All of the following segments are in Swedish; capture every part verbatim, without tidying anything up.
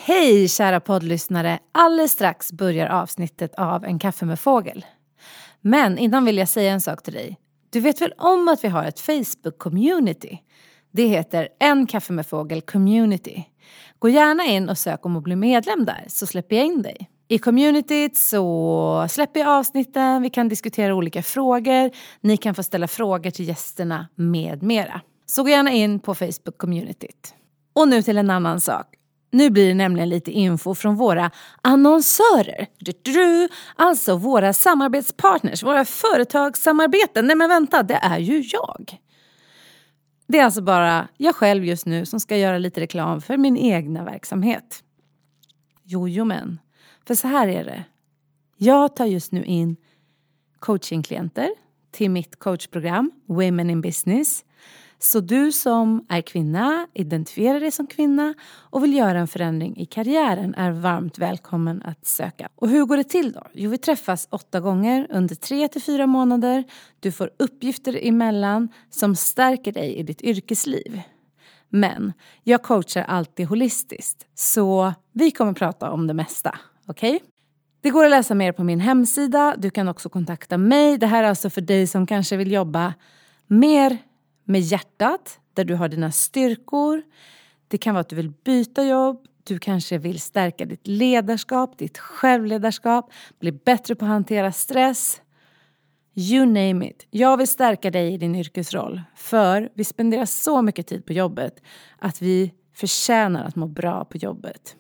Hej kära poddlyssnare, alldeles strax börjar avsnittet av En kaffe med fågel. Men innan vill jag säga en sak till dig. Du vet väl om att vi har ett Facebook-community? Det heter En kaffe med fågel community. Gå gärna in och sök om att bli medlem där så släpper jag in dig. I communityt så släpper jag avsnitten, vi kan diskutera olika frågor, ni kan få ställa frågor till gästerna med mera. Så gå gärna in på Facebook-communityt. Och nu till en annan sak. Nu blir det nämligen lite info från våra annonsörer. Alltså våra samarbetspartners, våra företagssamarbeten. Nej men vänta, det är ju jag. Det är alltså bara jag själv just nu som ska göra lite reklam för min egna verksamhet. Jojo men, för så här är det. Jag tar just nu in coachingklienter till mitt coachprogram Women in Business. Så du som är kvinna, identifierar dig som kvinna och vill göra en förändring i karriären är varmt välkommen att söka. Och hur går det till då? Jo, vi träffas åtta gånger under tre till fyra månader. Du får uppgifter emellan som stärker dig i ditt yrkesliv. Men jag coachar alltid holistiskt, så vi kommer prata om det mesta, okej? Okay? Det går att läsa mer på min hemsida. Du kan också kontakta mig. Det här är alltså för dig som kanske vill jobba mer med hjärtat, där du har dina styrkor. Det kan vara att du vill byta jobb. Du kanske vill stärka ditt ledarskap, ditt självledarskap. Bli bättre på att hantera stress. You name it. Jag vill stärka dig i din yrkesroll. För vi spenderar så mycket tid på jobbet att vi förtjänar att må bra på jobbet.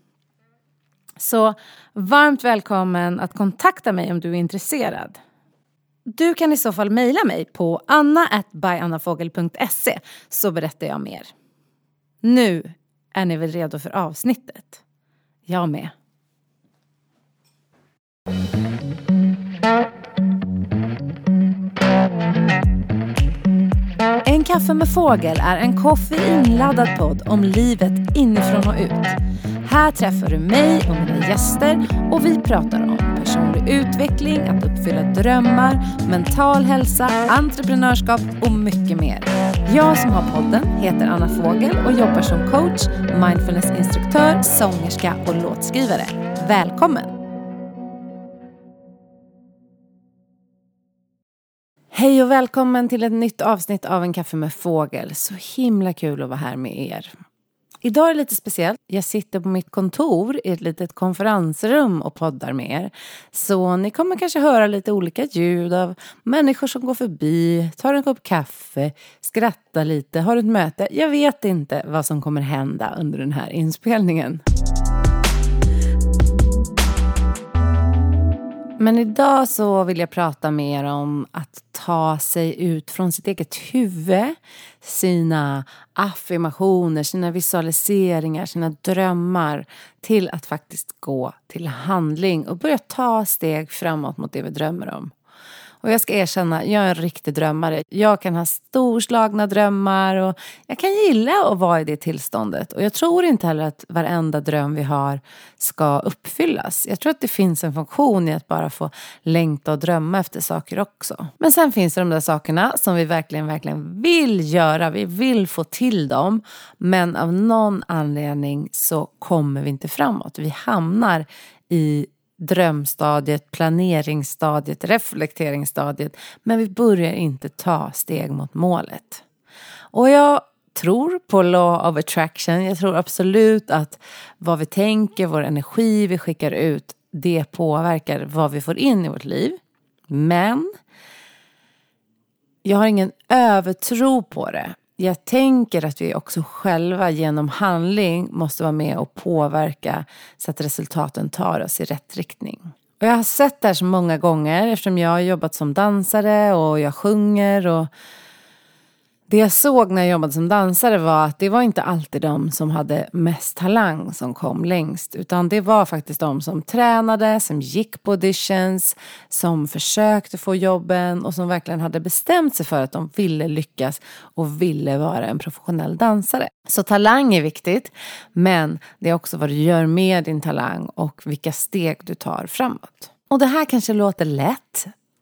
Så varmt välkommen att kontakta mig om du är intresserad. Du kan i så fall mejla mig på anna at by anna fågel punkt se så berättar jag mer. Nu är ni väl redo för avsnittet? Jag med. En kaffe med fågel är en koffeinladdad podd om livet inifrån och ut. Här träffar du mig och mina gäster och vi pratar om personlig utveckling, att uppfylla drömmar, mental hälsa, entreprenörskap och mycket mer. Jag som har podden heter Anna Fågel och jobbar som coach, mindfulnessinstruktör, sångerska och låtskrivare. Välkommen! Hej och välkommen till ett nytt avsnitt av En kaffe med fågel. Så himla kul att vara här med er. Idag är det lite speciellt. Jag sitter på mitt kontor i ett litet konferensrum och poddar med er. Så ni kommer kanske höra lite olika ljud av människor som går förbi, tar en kopp kaffe, skrattar lite, har ett möte. Jag vet inte vad som kommer hända under den här inspelningen. Men idag så vill jag prata mer om att ta sig ut från sitt eget huvud, sina affirmationer, sina visualiseringar, sina drömmar till att faktiskt gå till handling och börja ta steg framåt mot det vi drömmer om. Och jag ska erkänna, jag är en riktig drömmare. Jag kan ha storslagna drömmar och jag kan gilla att vara i det tillståndet. Och jag tror inte heller att varenda dröm vi har ska uppfyllas. Jag tror att det finns en funktion i att bara få längta och drömma efter saker också. Men sen finns det de där sakerna som vi verkligen, verkligen vill göra. Vi vill få till dem. Men av någon anledning så kommer vi inte framåt. Vi hamnar i drömstadiet, planeringsstadiet, reflekteringsstadiet, men vi börjar inte ta steg mot målet. Och jag tror på law of attraction. Jag tror absolut att vad vi tänker, vår energi vi skickar ut, det påverkar vad vi får in i vårt liv. Men jag har ingen övertro på det. Jag tänker att vi också själva genom handling måste vara med och påverka så att resultaten tar oss i rätt riktning. Och jag har sett det här så många gånger eftersom jag har jobbat som dansare och jag sjunger. Och det jag såg när jag jobbade som dansare var att det var inte alltid de som hade mest talang som kom längst. Utan det var faktiskt de som tränade, som gick på auditions, som försökte få jobben och som verkligen hade bestämt sig för att de ville lyckas och ville vara en professionell dansare. Så talang är viktigt, men det är också vad du gör med din talang och vilka steg du tar framåt. Och det här kanske låter lätt.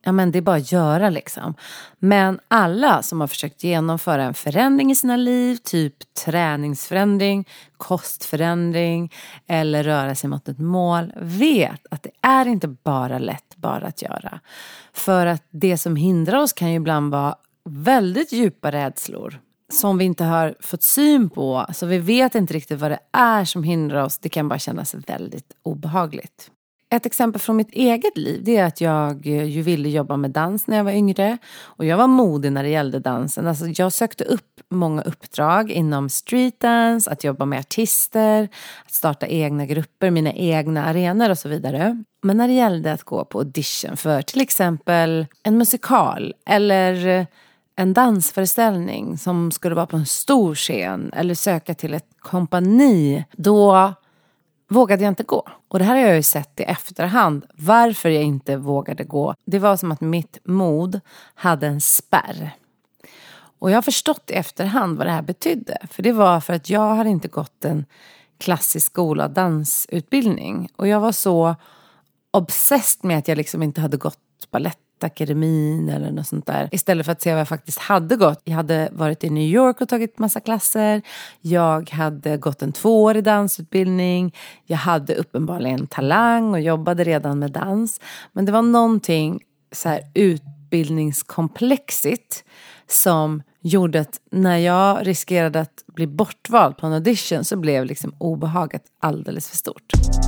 Ja, men det är bara att göra liksom. Men alla som har försökt genomföra en förändring i sina liv, typ träningsförändring, kostförändring eller röra sig mot ett mål, vet att det är inte bara lätt bara att göra. För att det som hindrar oss kan ju ibland vara väldigt djupa rädslor som vi inte har fått syn på. Så vi vet inte riktigt vad det är som hindrar oss. Det kan bara kännas väldigt obehagligt. Ett exempel från mitt eget liv, det är att jag ju ville jobba med dans när jag var yngre. Och jag var modig när det gällde dansen. Alltså jag sökte upp många uppdrag inom streetdance, att jobba med artister, att starta egna grupper, mina egna arenor och så vidare. Men när det gällde att gå på audition för till exempel en musikal eller en dansföreställning som skulle vara på en stor scen eller söka till ett kompani, då vågade jag inte gå. Och det här har jag ju sett i efterhand. Varför jag inte vågade gå. Det var som att mitt mod hade en spärr. Och jag har förstått i efterhand vad det här betydde. För det var för att jag hade inte gått en klassisk skola dansutbildning. Och jag var så obsessed med att jag liksom inte hade gått balettakademin eller något sånt där. Istället för att se vad jag faktiskt hade gått. Jag hade varit i New York och tagit massa klasser. Jag hade gått en tvåårig dansutbildning. Jag hade uppenbarligen talang och jobbade redan med dans. Men det var någonting så här utbildningskomplexigt som gjorde att när jag riskerade att bli bortvald på en audition så blev liksom obehaget alldeles för stort.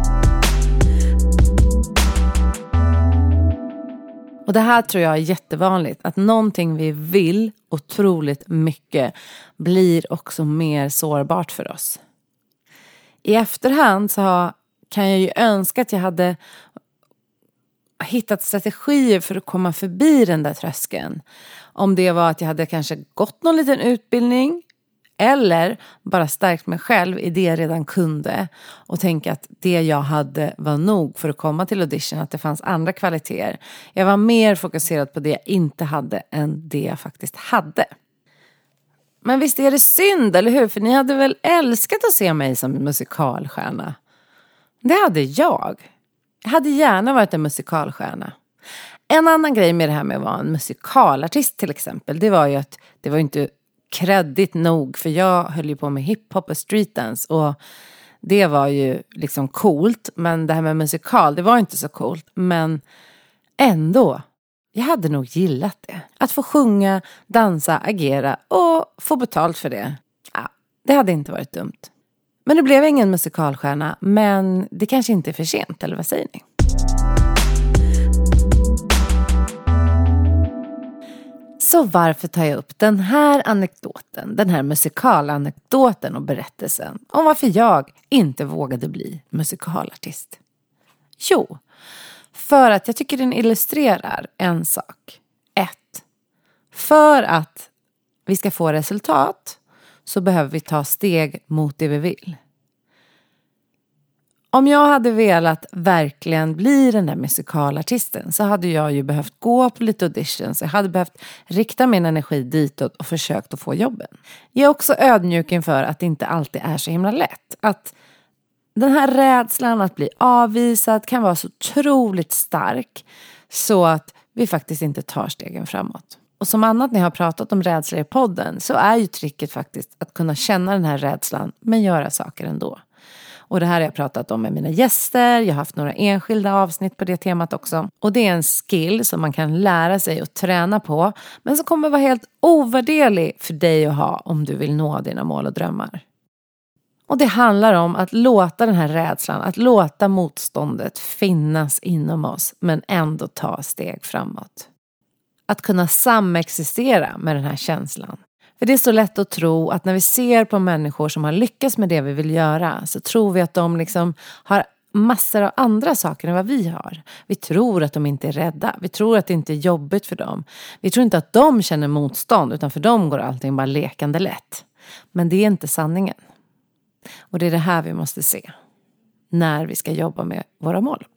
Och det här tror jag är jättevanligt. Att någonting vi vill otroligt mycket blir också mer sårbart för oss. I efterhand så kan jag ju önska att jag hade hittat strategier för att komma förbi den där tröskeln. Om det var att jag hade kanske gått någon liten utbildning. Eller bara stärkt mig själv i det jag redan kunde. Och tänka att det jag hade var nog för att komma till audition. Att det fanns andra kvaliteter. Jag var mer fokuserad på det jag inte hade än det jag faktiskt hade. Men visst är det synd, eller hur? För ni hade väl älskat att se mig som en musikalstjärna? Det hade jag. Jag hade gärna varit en musikalstjärna. En annan grej med det här med att vara en musikalartist till exempel. Det var ju att det var inte kreddigt nog, för jag höll ju på med hiphop och streetdance och det var ju liksom coolt, men det här med musikal, det var inte så coolt, men ändå, jag hade nog gillat det. Att få sjunga, dansa, agera och få betalt för det. Ja, det hade inte varit dumt. Men det blev ingen musikalstjärna, men det kanske inte är för sent, eller vad säger ni? Så varför tar jag upp den här anekdoten, den här musikalanekdoten och berättelsen om varför jag inte vågade bli musikalartist? Jo, för att jag tycker den illustrerar en sak. Ett, för att vi ska få resultat så behöver vi ta steg mot det vi vill. Om jag hade velat verkligen bli den där musikalartisten så hade jag ju behövt gå på lite auditions. Jag hade behövt rikta min energi ditåt och försökt att få jobben. Jag är också ödmjuk inför att det inte alltid är så himla lätt. Att den här rädslan att bli avvisad kan vara så otroligt stark så att vi faktiskt inte tar stegen framåt. Och som annat när jag har pratat om rädsla i podden så är ju tricket faktiskt att kunna känna den här rädslan men göra saker ändå. Och det här har jag pratat om med mina gäster. Jag har haft några enskilda avsnitt på det temat också. Och det är en skill som man kan lära sig och träna på. Men som kommer vara helt ovärderlig för dig att ha om du vill nå dina mål och drömmar. Och det handlar om att låta den här rädslan, att låta motståndet finnas inom oss. Men ändå ta steg framåt. Att kunna samexistera med den här känslan. För det är så lätt att tro att när vi ser på människor som har lyckats med det vi vill göra så tror vi att de liksom har massor av andra saker än vad vi har. Vi tror att de inte är rädda. Vi tror att det inte är jobbigt för dem. Vi tror inte att de känner motstånd utan för dem går allting bara lekande lätt. Men det är inte sanningen. Och det är det här vi måste se när vi ska jobba med våra mål.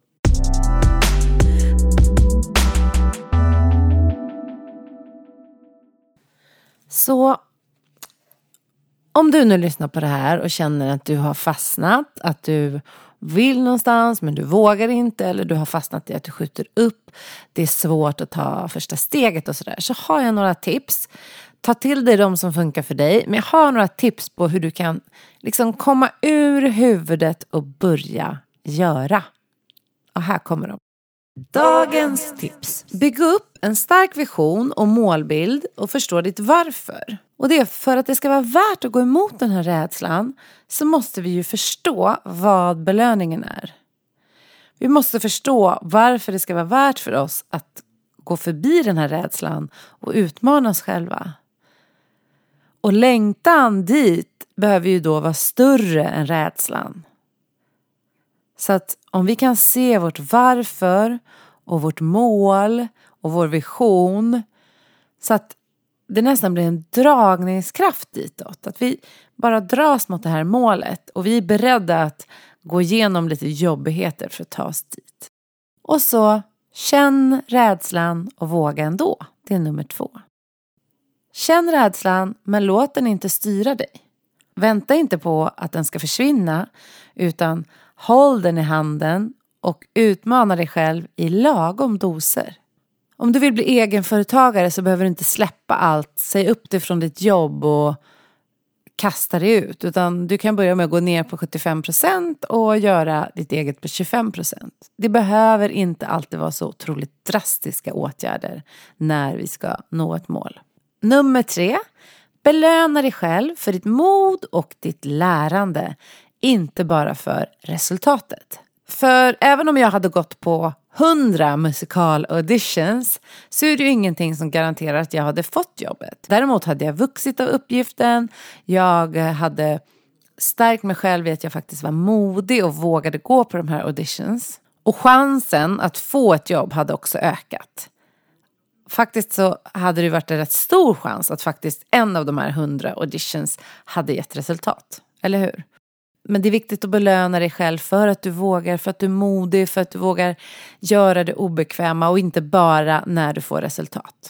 Så om du nu lyssnar på det här och känner att du har fastnat, att du vill någonstans men du vågar inte, eller du har fastnat i att du skjuter upp, det är svårt att ta första steget och sådär, så har jag några tips. Ta till dig de som funkar för dig, men jag har några tips på hur du kan liksom komma ur huvudet och börja göra. Och här kommer de. Dagens tips. Bygg upp en stark vision och målbild och förstå ditt varför. Och det är för att det ska vara värt att gå emot den här rädslan, så måste vi ju förstå vad belöningen är. Vi måste förstå varför det ska vara värt för oss att gå förbi den här rädslan och utmana oss själva. Och längtan dit behöver ju då vara större än rädslan. Så att om vi kan se vårt varför och vårt mål och vår vision, så att det nästan blir en dragningskraft ditåt. Att vi bara dras mot det här målet och vi är beredda att gå igenom lite jobbigheter för att ta oss dit. Och så känn rädslan och våga ändå. Det är nummer två. Känn rädslan, men låt den inte styra dig. Vänta inte på att den ska försvinna, utan håll den i handen och utmana dig själv i lagom doser. Om du vill bli egenföretagare så behöver du inte släppa allt, säg upp dig från ditt jobb och kasta dig ut. Utan du kan börja med att gå ner på sjuttiofem procent och göra ditt eget på tjugofem procent. Det behöver inte alltid vara så otroligt drastiska åtgärder när vi ska nå ett mål. Nummer tre. Belöna dig själv för ditt mod och ditt lärande. Inte bara för resultatet. För även om jag hade gått på hundra musikal auditions så är det ju ingenting som garanterar att jag hade fått jobbet. Däremot hade jag vuxit av uppgiften. Jag hade stärkt mig själv i att jag faktiskt var modig och vågade gå på de här auditions. Och chansen att få ett jobb hade också ökat. Faktiskt så hade det varit en rätt stor chans att faktiskt en av de här hundra auditions hade gett resultat. Eller hur? Men det är viktigt att belöna dig själv för att du vågar, för att du är modig, för att du vågar göra det obekväma och inte bara när du får resultat.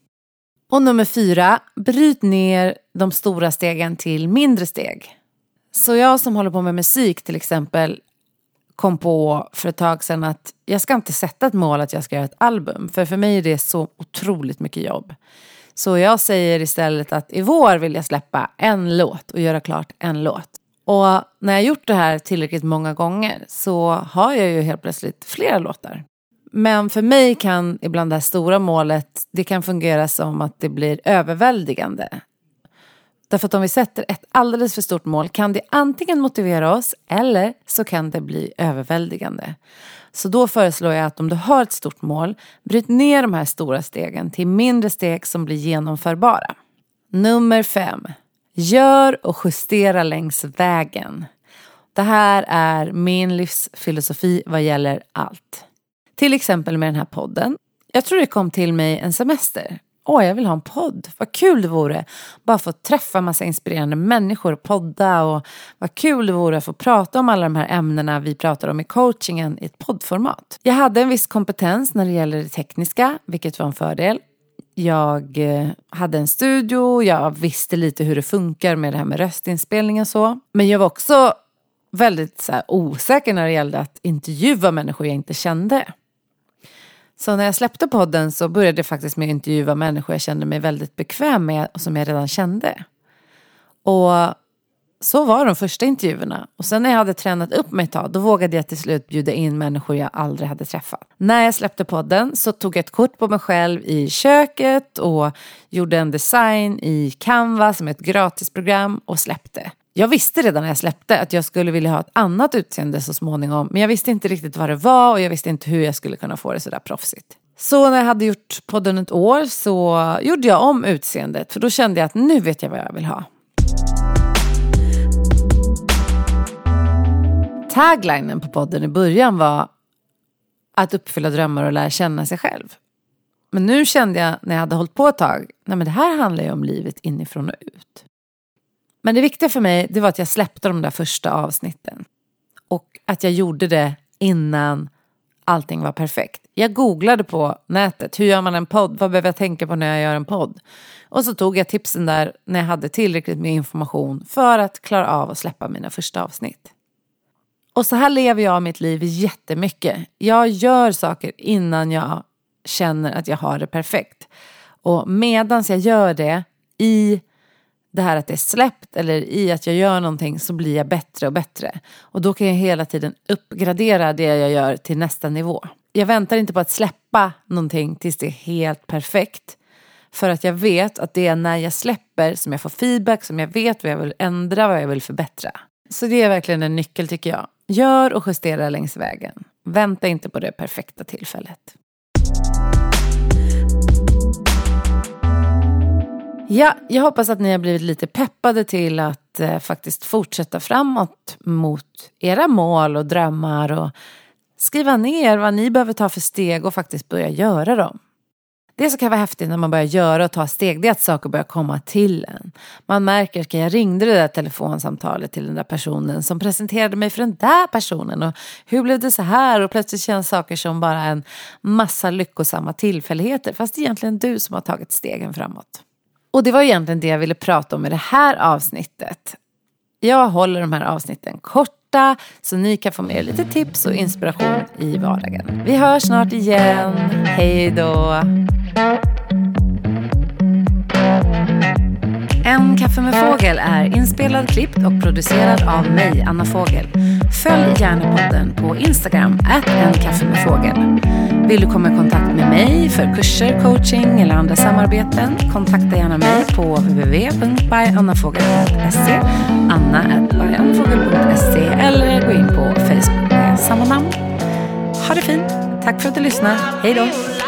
Och nummer fyra, bryt ner de stora stegen till mindre steg. Så jag som håller på med musik till exempel kom på för ett tag sedan att jag ska inte sätta ett mål att jag ska göra ett album. För för mig är det så otroligt mycket jobb. Så jag säger istället att i vår vill jag släppa en låt och göra klart en låt. Och när jag gjort det här tillräckligt många gånger så har jag ju helt plötsligt flera låtar. Men för mig kan ibland det här stora målet, det kan fungera som att det blir överväldigande. Därför att om vi sätter ett alldeles för stort mål kan det antingen motivera oss eller så kan det bli överväldigande. Så då föreslår jag att om du har ett stort mål, bryt ner de här stora stegen till mindre steg som blir genomförbara. Nummer fem. Gör och justera längs vägen. Det här är min livsfilosofi vad gäller allt. Till exempel med den här podden. Jag tror det kom till mig en semester. Åh, jag vill ha en podd. Vad kul det vore. Bara få träffa massa inspirerande människor och podda. Och vad kul det vore att få prata om alla de här ämnena vi pratar om i coachingen i ett poddformat. Jag hade en viss kompetens när det gäller det tekniska, vilket var en fördel. Jag hade en studio, jag visste lite hur det funkar med det här med röstinspelning och så. Men jag var också väldigt så här, osäker när det gällde att intervjua människor jag inte kände. Så när jag släppte podden så började jag faktiskt med att intervjua människor jag kände mig väldigt bekväm med och som jag redan kände. Och så var de första intervjuerna. Och sen när jag hade tränat upp mig ett tag, då vågade jag till slut bjuda in människor jag aldrig hade träffat. När jag släppte podden så tog jag ett kort på mig själv i köket och gjorde en design i Canva som är ett gratisprogram och släppte. Jag visste redan när jag släppte att jag skulle vilja ha ett annat utseende så småningom. Men jag visste inte riktigt vad det var och jag visste inte hur jag skulle kunna få det sådär proffsigt. Så när jag hade gjort podden ett år så gjorde jag om utseendet. För då kände jag att nu vet jag vad jag vill ha. Taglinen på podden i början var att uppfylla drömmar och lära känna sig själv. Men nu kände jag när jag hade hållit på ett tag, nej men det här handlar ju om livet inifrån och ut. Men det viktiga för mig, det var att jag släppte de där första avsnitten. Och att jag gjorde det innan allting var perfekt. Jag googlade på nätet, hur gör man en podd? Vad behöver jag tänka på när jag gör en podd? Och så tog jag tipsen där när jag hade tillräckligt med information för att klara av att släppa mina första avsnitt. Och så här lever jag mitt liv jättemycket. Jag gör saker innan jag känner att jag har det perfekt. Och medans jag gör det i det här att det är släppt eller i att jag gör någonting, så blir jag bättre och bättre. Och då kan jag hela tiden uppgradera det jag gör till nästa nivå. Jag väntar inte på att släppa någonting tills det är helt perfekt. För att jag vet att det är när jag släpper som jag får feedback, som jag vet vad jag vill ändra, vad jag vill förbättra. Så det är verkligen en nyckel tycker jag. Gör och justera längs vägen. Vänta inte på det perfekta tillfället. Ja, jag hoppas att ni har blivit lite peppade till att eh, faktiskt fortsätta framåt mot era mål och drömmar och skriva ner vad ni behöver ta för steg och faktiskt börja göra dem. Det som kan vara häftigt när man börjar göra och ta steg, det är att saker börjar komma till en. Man märker att jag ringde det där telefonsamtalet till den där personen som presenterade mig för den där personen. Och hur blev det så här? Och plötsligt känns saker som bara en massa lyckosamma tillfälligheter. Fast det är egentligen du som har tagit stegen framåt. Och det var egentligen det jag ville prata om i det här avsnittet. Jag håller de här avsnitten korta så ni kan få med er lite tips och inspiration i vardagen. Vi hörs snart igen. Hej då! En kaffe med fågel är inspelad, klippt och producerad av mig, Anna Fågel. Följ gärna podden på Instagram, at en kaffe med fågel. Vill du komma i kontakt med mig för kurser, coaching eller andra samarbeten? Kontakta gärna mig på w w w punkt by anna fågel punkt se, anna at by anna fågel punkt se eller gå in på Facebook med samma namn. Ha det fint! Tack för att du lyssnar. Hej då!